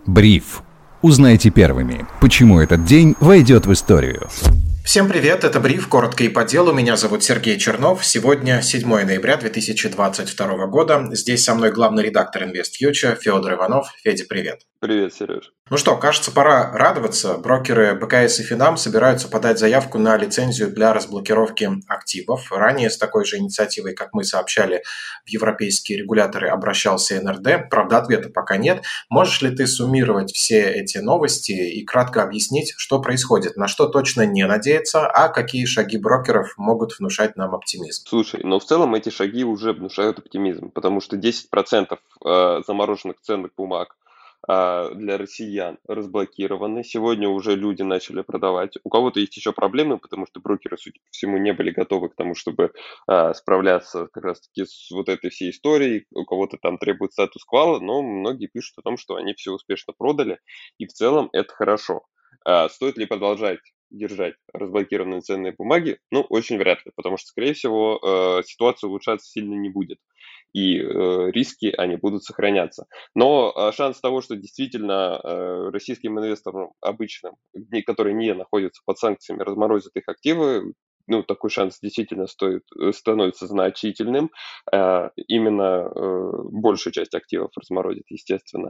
Бриф. Узнайте первыми, почему этот день войдет в историю. Всем привет, это Бриф, коротко и по делу. Меня зовут Сергей Чернов. Сегодня 7 ноября 2022 года. Здесь со мной главный редактор InvestFuture Федор Иванов. Федя, привет. Привет, Сереж. Ну что, кажется, пора радоваться. Брокеры БКС и Финам собираются подать заявку на лицензию для разблокировки активов. Ранее с такой же инициативой, как мы сообщали, в европейские регуляторы обращался НРД. Правда, ответа пока нет. Можешь ли ты суммировать все эти новости и кратко объяснить, что происходит, на что точно не надеяться, а какие шаги брокеров могут внушать нам оптимизм? Слушай, но в целом эти шаги уже внушают оптимизм, потому что 10% замороженных ценных бумаг для россиян разблокированы. Сегодня уже люди начали продавать. У кого-то есть еще проблемы, потому что брокеры, судя по всему, не были готовы к тому, чтобы справляться как раз-таки с вот этой всей историей. У кого-то там требует статус-квала, но многие пишут о том, что они все успешно продали, и в целом это хорошо. Стоит ли продолжать держать разблокированные ценные бумаги? Ну, очень вряд ли, потому что, скорее всего, ситуация улучшаться сильно не будет, и риски, они будут сохраняться. Но шанс того, что действительно российским инвесторам обычным, которые не находятся под санкциями, разморозят их активы, ну, такой шанс действительно становится значительным. Именно большую часть активов разморозит, естественно.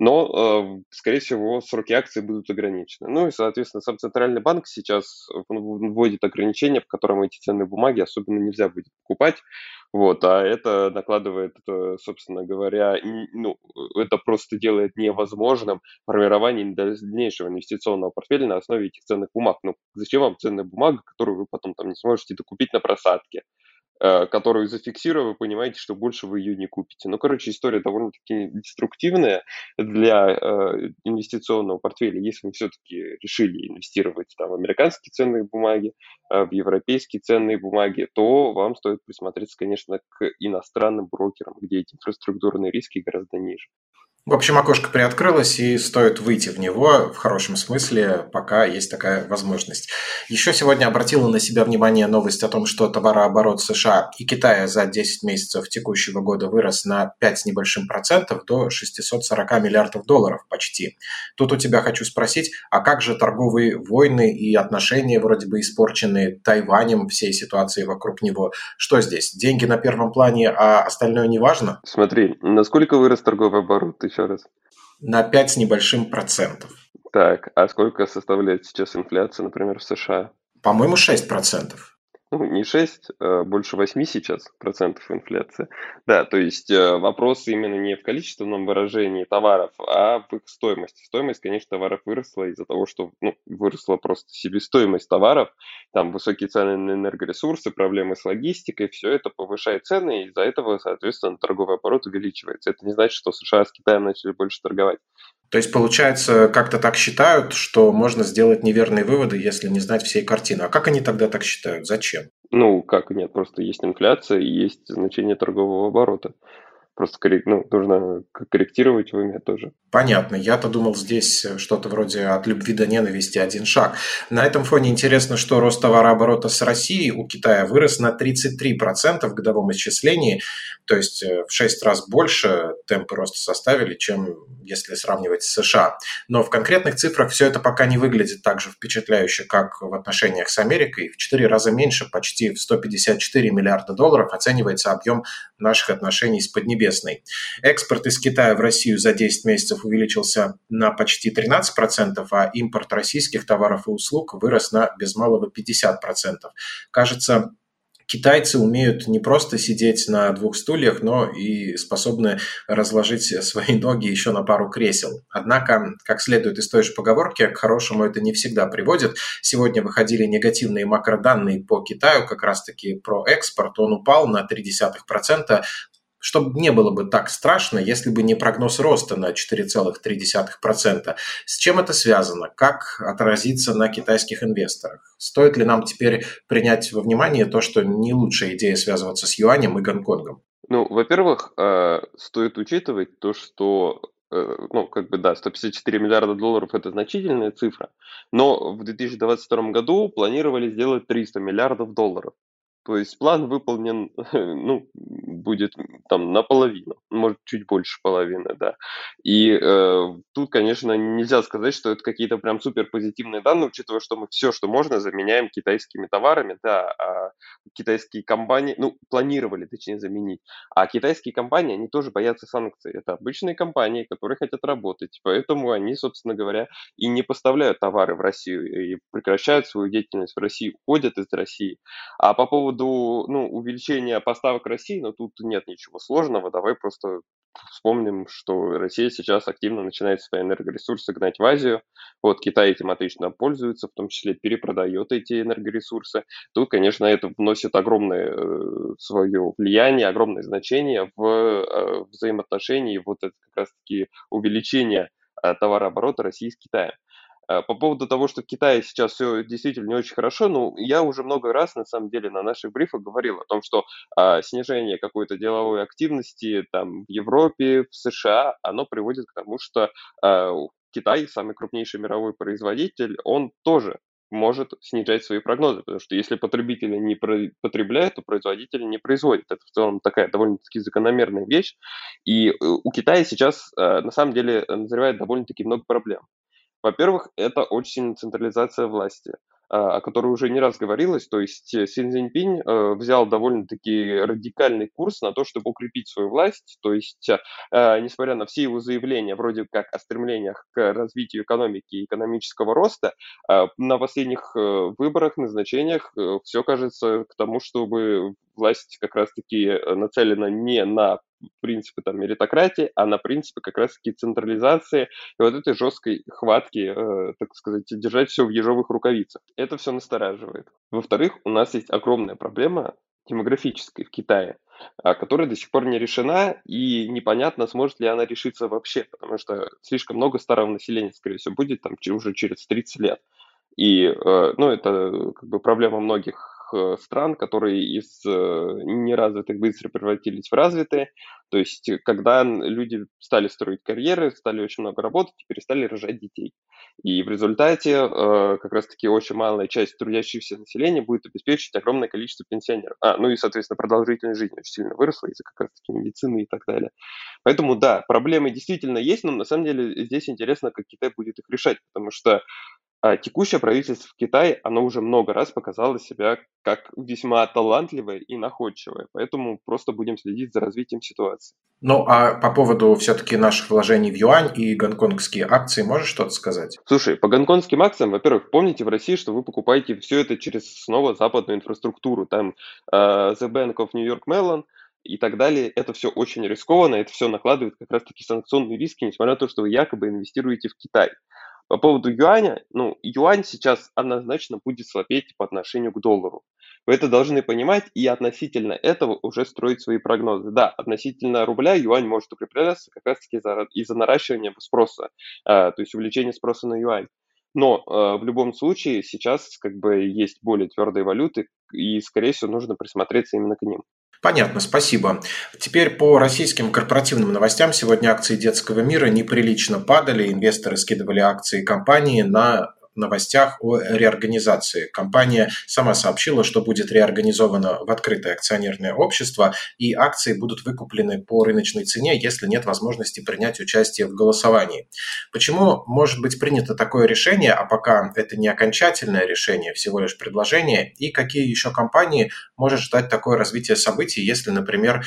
Но, скорее всего, сроки акций будут ограничены. Ну и, соответственно, сам Центральный банк сейчас вводит ограничения, по которым эти ценные бумаги особенно нельзя будет покупать. Вот, а это накладывает, собственно говоря, ну, это просто делает невозможным формирование дальнейшего инвестиционного портфеля на основе этих ценных бумаг. Ну, зачем вам ценная бумага, которую вы потом там не сможете докупить на просадке? Которую зафиксируя, вы понимаете, что больше вы ее не купите. Ну, короче, история довольно-таки деструктивная для инвестиционного портфеля. Если вы все-таки решили инвестировать там, в американские ценные бумаги, в европейские ценные бумаги, то вам стоит присмотреться, конечно, к иностранным брокерам, где эти инфраструктурные риски гораздо ниже. В общем, окошко приоткрылось, и стоит выйти в него в хорошем смысле, пока есть такая возможность. Еще сегодня обратила на себя внимание новость о том, что товарооборот США и Китая за 10 месяцев текущего года вырос на 5 с небольшим процентов до 640 миллиардов долларов почти. Тут у тебя хочу спросить, а как же торговые войны и отношения вроде бы испорченные Тайванем, всей ситуации вокруг него? Что здесь? Деньги на первом плане, а остальное не важно? Смотри, насколько вырос торговый оборот, еще раз? На 5 с небольшим процентов. Так, а сколько составляет сейчас инфляция, например, в США? По-моему, 6%. Ну, не 6, больше 8 сейчас процентов инфляции. Да, то есть вопрос именно не в количественном выражении товаров, а в их стоимости. Стоимость, конечно, товаров выросла из-за того, что выросла просто себестоимость товаров, там высокие цены на энергоресурсы, проблемы с логистикой, все это повышает цены, и из-за этого, соответственно, торговый оборот увеличивается. Это не значит, что США с Китаем начали больше торговать. То есть, получается, как-то так считают, что можно сделать неверные выводы, если не знать всей картины. А как они тогда так считают? Зачем? Ну, как нет, просто есть инфляция и есть значение торгового оборота. Просто нужно корректировать в уме тоже. Понятно. Я-то думал, здесь что-то вроде от любви до ненависти один шаг. На этом фоне интересно, что рост товарооборота с Россией у Китая вырос на 33% в годовом исчислении, то есть в 6 раз больше темпы роста составили, чем если сравнивать с США. Но в конкретных цифрах все это пока не выглядит так же впечатляюще, как в отношениях с Америкой. В 4 раза меньше, почти в 154 миллиарда долларов оценивается объем наших отношений с Поднебесной. Экспорт из Китая в Россию за 10 месяцев увеличился на почти 13%, а импорт российских товаров и услуг вырос на без малого 50%. Кажется, китайцы умеют не просто сидеть на двух стульях, но и способны разложить свои ноги еще на пару кресел. Однако, как следует из той же поговорки, к хорошему это не всегда приводит. Сегодня выходили негативные макроданные по Китаю, как раз-таки про экспорт. Он упал на 0,3%, чтобы не было бы так страшно, если бы не прогноз роста на 4,3%. С чем это связано? Как отразится на китайских инвесторах? Стоит ли нам теперь принять во внимание то, что не лучшая идея связываться с юанем и Гонконгом? Ну, во-первых, стоит учитывать то, что 154 миллиарда долларов – это значительная цифра, но в 2022 году планировали сделать 300 миллиардов долларов. То есть план выполнен, ну, будет там наполовину, может, чуть больше половины, да. И тут, конечно, нельзя сказать, что это какие-то прям супер позитивные данные, учитывая, что мы все, что можно, заменяем китайскими товарами, да, а китайские компании, ну, планировали, точнее, заменить. А китайские компании, они тоже боятся санкций. Это обычные компании, которые хотят работать, поэтому они, собственно говоря, и не поставляют товары в Россию, и прекращают свою деятельность в России, уходят из России. А по поводу, ну, увеличения поставок России, ну, тут нет ничего сложного. Давай просто вспомним, что Россия сейчас активно начинает свои энергоресурсы гнать в Азию. Вот Китай этим отлично пользуется, в том числе перепродает эти энергоресурсы. Тут, конечно, это вносит огромное свое влияние, огромное значение в взаимоотношении, вот это как раз-таки увеличение товарооборота России с Китаем. По поводу того, что в Китае сейчас все действительно не очень хорошо, ну, я уже много раз, на самом деле, на наших брифах говорил о том, что снижение какой-то деловой активности там в Европе, в США, оно приводит к тому, что Китай, самый крупнейший мировой производитель, он тоже может снижать свои прогнозы, потому что если потребители не потребляют, то производители не производят. Это в целом такая довольно-таки закономерная вещь. И у Китая сейчас на самом деле назревает довольно-таки много проблем. Во-первых, это очень сильная централизация власти, о которой уже не раз говорилось. То есть Си Цзиньпинь взял довольно-таки радикальный курс на то, чтобы укрепить свою власть. То есть, несмотря на все его заявления, вроде как о стремлениях к развитию экономики и экономического роста, на последних выборах, назначениях все кажется к тому, чтобы власть как раз-таки нацелена не на принципы там меритократии, а на принципы как раз-таки централизации и вот этой жесткой хватки, так сказать, держать все в ежовых рукавицах. Это все настораживает. Во-вторых, у нас есть огромная проблема демографическая в Китае, которая до сих пор не решена, и непонятно, сможет ли она решиться вообще, потому что слишком много старого населения, скорее всего, будет там уже через 30 лет. И, ну, это как бы проблема многих стран, которые из неразвитых быстро превратились в развитые. То есть, когда люди стали строить карьеры, стали очень много работать и перестали рожать детей. И в результате как раз-таки очень малая часть трудящегося населения будет обеспечивать огромное количество пенсионеров. Ну и, соответственно, продолжительность жизни очень сильно выросла из-за как раз-таки медицины и так далее. Поэтому, да, проблемы действительно есть, но на самом деле здесь интересно, как Китай будет их решать, потому что текущее правительство в Китае, оно уже много раз показало себя как весьма талантливое и находчивое, поэтому просто будем следить за развитием ситуации. Ну, а по поводу все-таки наших вложений в юань и гонконгские акции можешь что-то сказать? Слушай, по гонконгским акциям, во-первых, помните в России, что вы покупаете все это через снова западную инфраструктуру, там The Bank of New York Mellon и так далее. Это все очень рискованно, это все накладывает как раз-таки санкционные риски, несмотря на то, что вы якобы инвестируете в Китай. По поводу юаня, ну, юань сейчас однозначно будет слабеть по отношению к доллару. Вы это должны понимать и относительно этого уже строить свои прогнозы. Да, относительно рубля юань может укрепляться как раз-таки из-за наращивания спроса, то есть увеличения спроса на юань. Но в любом случае сейчас как бы есть более твердые валюты, и, скорее всего, нужно присмотреться именно к ним. Понятно, спасибо. Теперь по российским корпоративным новостям. Сегодня акции детского мира неприлично падали. Инвесторы скидывали акции компании на новостях о реорганизации. Компания сама сообщила, что будет реорганизовано в открытое акционерное общество, и акции будут выкуплены по рыночной цене, если нет возможности принять участие в голосовании. Почему может быть принято такое решение, а пока это не окончательное решение, всего лишь предложение, и какие еще компании может ждать такое развитие событий, если, например,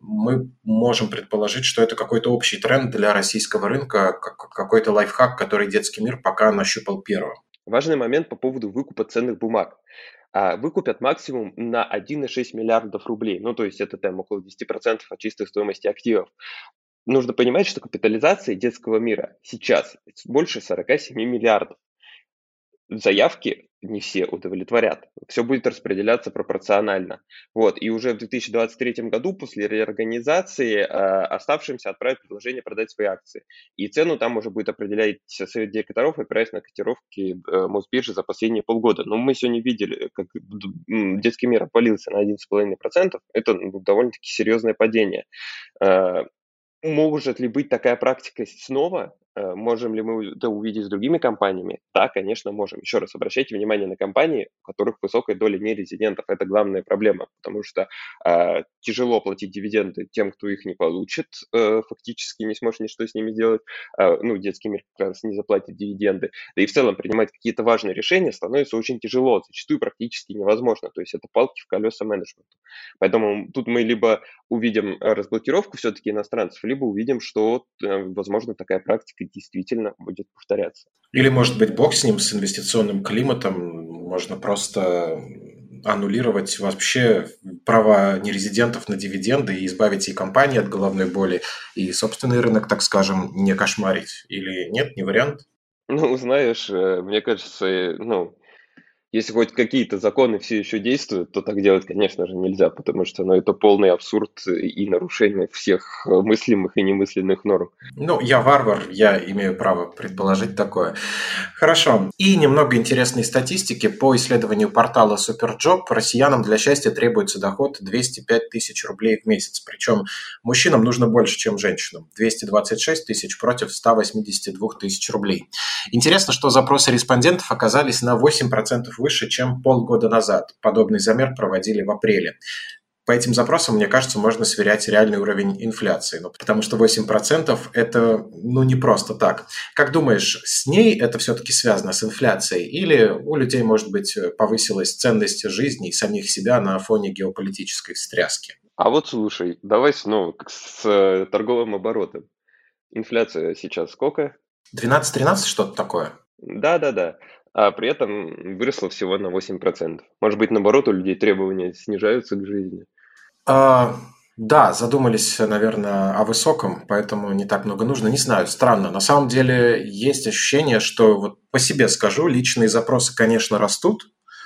мы можем предположить, что это какой-то общий тренд для российского рынка, какой-то лайфхак, который детский мир пока нащупал первым. Важный момент по поводу выкупа ценных бумаг. Выкупят максимум на 1,6 миллиардов рублей. Ну, то есть это там около 10% от чистой стоимости активов. Нужно понимать, что капитализация детского мира сейчас больше 47 миллиардов. Заявки не все удовлетворят. Все будет распределяться пропорционально. Вот. И уже в 2023 году после реорганизации оставшимся отправят предложение продать свои акции. И цену там уже будет определять совет директоров, опираясь на котировки Мосбиржи за последние полгода. Но мы сегодня видели, как детский мир обвалился на 11,5%. Это довольно-таки серьезное падение. Может ли быть такая практика снова? Можем ли мы это увидеть с другими компаниями? Да, конечно, можем. Еще раз обращайте внимание на компании, у которых высокая доля нерезидентов. Это главная проблема, потому что тяжело платить дивиденды тем, кто их не получит, фактически не сможет ничто с ними сделать. Детский мир как раз не заплатит дивиденды. Да и в целом принимать какие-то важные решения становится очень тяжело, зачастую практически невозможно. То есть это палки в колеса менеджменту. Поэтому тут мы либо увидим разблокировку все-таки иностранцев, либо увидим, что, возможно, такая практика действительно будет повторяться. Или, может быть, бог с ним, с инвестиционным климатом, можно просто аннулировать вообще права нерезидентов на дивиденды и избавить и компании от головной боли, и собственный рынок, так скажем, не кошмарить. Или нет, не вариант? Знаешь, мне кажется, если хоть какие-то законы все еще действуют, то так делать, конечно же, нельзя, потому что это полный абсурд и нарушение всех мыслимых и немысленных норм. Я варвар, я имею право предположить такое. Хорошо. И немного интересной статистики. По исследованию портала Superjob, россиянам для счастья требуется доход 205 тысяч рублей в месяц. Причем мужчинам нужно больше, чем женщинам. 226 тысяч против 182 тысяч рублей. Интересно, что запросы респондентов оказались на 8% выше, чем полгода назад. Подобный замер проводили в апреле. По этим запросам, мне кажется, можно сверять реальный уровень инфляции, потому что 8% это не просто так. Как думаешь, с ней это все-таки связано с инфляцией? Или у людей, может быть, повысилась ценность жизни и самих себя на фоне геополитической встряски? А вот слушай, давай снова с торговым оборотом. Инфляция сейчас сколько? 12-13, что-то такое? Да. А при этом выросла всего на 8%. Может быть, наоборот, у людей требования снижаются к жизни? Да, задумались, наверное, о высоком, поэтому не так много нужно. Не знаю, странно. На самом деле есть ощущение, что вот по себе скажу, личные запросы, конечно, растут,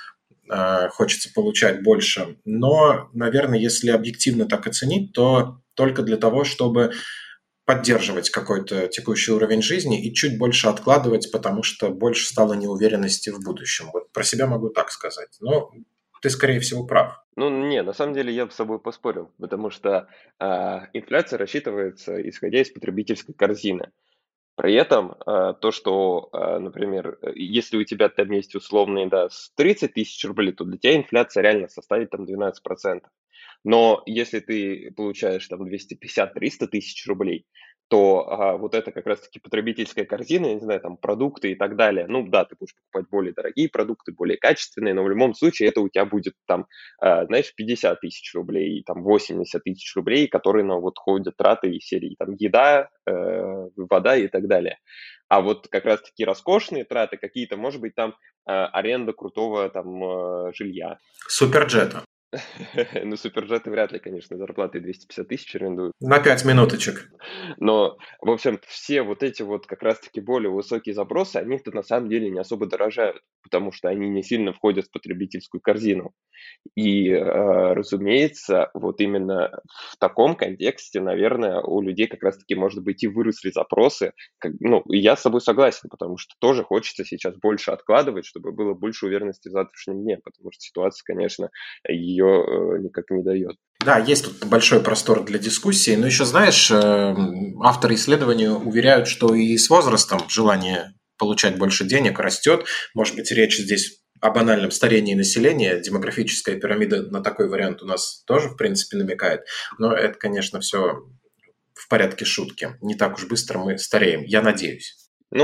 хочется получать больше, но, наверное, если объективно так оценить, то только для того, чтобы поддерживать какой-то текущий уровень жизни и чуть больше откладывать, потому что больше стало неуверенности в будущем. Вот про себя могу так сказать. Но ты, скорее всего, прав. Не, на самом деле я бы с собой поспорил, потому что инфляция рассчитывается исходя из потребительской корзины. При этом то, что, например, если у тебя там есть условные, 30 тысяч рублей, то для тебя инфляция реально составит там 12%. Но если ты получаешь там 250-300 тысяч рублей, то вот это как раз-таки потребительская корзина, я не знаю, там продукты и так далее. Ты будешь покупать более дорогие продукты, более качественные, но в любом случае это у тебя будет там, 50 тысяч рублей, там 80 тысяч рублей, которые ходят траты из серии там еда, вода и так далее. А вот как раз-таки роскошные траты какие-то, может быть, там аренда крутого там жилья. Суперджета. Суперджеты вряд ли, конечно, зарплаты 250 тысяч арендуют. На 5 минуточек. Но, в общем, все вот эти вот как раз-таки более высокие запросы, они-то на самом деле не особо дорожают, потому что они не сильно входят в потребительскую корзину. И, разумеется, вот именно в таком контексте, наверное, у людей как раз-таки, может быть, и выросли запросы. И я с собой согласен, потому что тоже хочется сейчас больше откладывать, чтобы было больше уверенности в завтрашнем дне, потому что ситуация, конечно, ее никак не дает. Да, есть тут большой простор для дискуссии, но еще, знаешь, авторы исследования уверяют, что и с возрастом желание получать больше денег растет. Может быть, речь здесь о банальном старении населения. Демографическая пирамида на такой вариант у нас тоже, в принципе, намекает. Но это, конечно, все в порядке шутки. Не так уж быстро мы стареем, я надеюсь.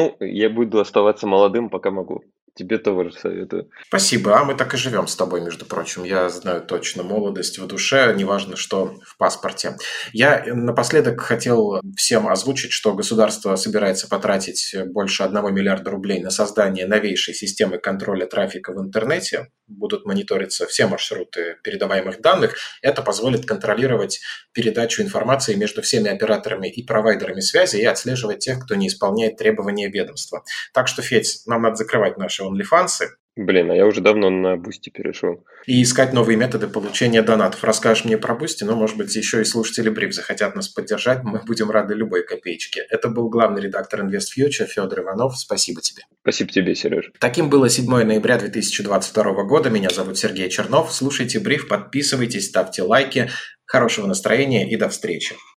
Я буду оставаться молодым, пока могу. Тебе тоже советую. Спасибо, а мы так и живем с тобой, между прочим. Я знаю точно, молодость в душе, неважно, что в паспорте. Я напоследок хотел всем озвучить, что государство собирается потратить больше 1 миллиарда рублей на создание новейшей системы контроля трафика в интернете. Будут мониториться все маршруты передаваемых данных. Это позволит контролировать передачу информации между всеми операторами и провайдерами связи и отслеживать тех, кто не исполняет требования ведомства. Так что, Федь, нам надо закрывать наши OnlyFans. Блин, а я уже давно на Boosty перешел. И искать новые методы получения донатов. Расскажешь мне про Boosty, но, может быть, еще и слушатели Бриф захотят нас поддержать. Мы будем рады любой копеечке. Это был главный редактор InvestFuture Федор Иванов. Спасибо тебе. Спасибо тебе, Сереж. Таким было 7 ноября 2022 года. Меня зовут Сергей Чернов. Слушайте Бриф, подписывайтесь, ставьте лайки. Хорошего настроения и до встречи.